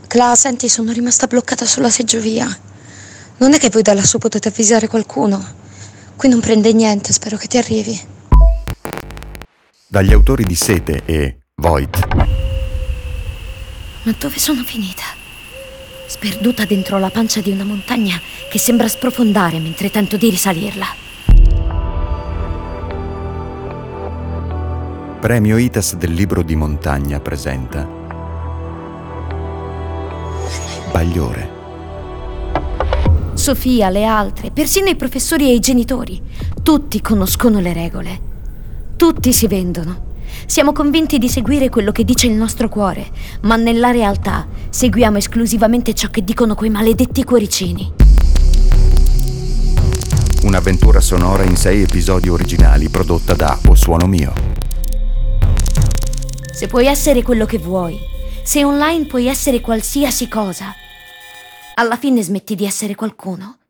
Cla, senti, sono rimasta bloccata sulla seggiovia. Non è che voi da lassù potete avvisare qualcuno? Qui non prende niente, spero che ti arrivi. Dagli autori di Sete e Void. Ma dove sono finita? Sperduta dentro la pancia di una montagna che sembra sprofondare mentre tento di risalirla. Premio ITAS del libro di montagna presenta Bagliore. Sofia, le altre, persino i professori e i genitori, tutti conoscono le regole. Tutti si vendono. Siamo convinti di seguire quello che dice il nostro cuore, ma nella realtà seguiamo esclusivamente ciò che dicono quei maledetti cuoricini. Un'avventura sonora in 6 episodi originali prodotta da O Suono Mio. Se puoi essere quello che vuoi, se online puoi essere qualsiasi cosa, alla fine smetti di essere qualcuno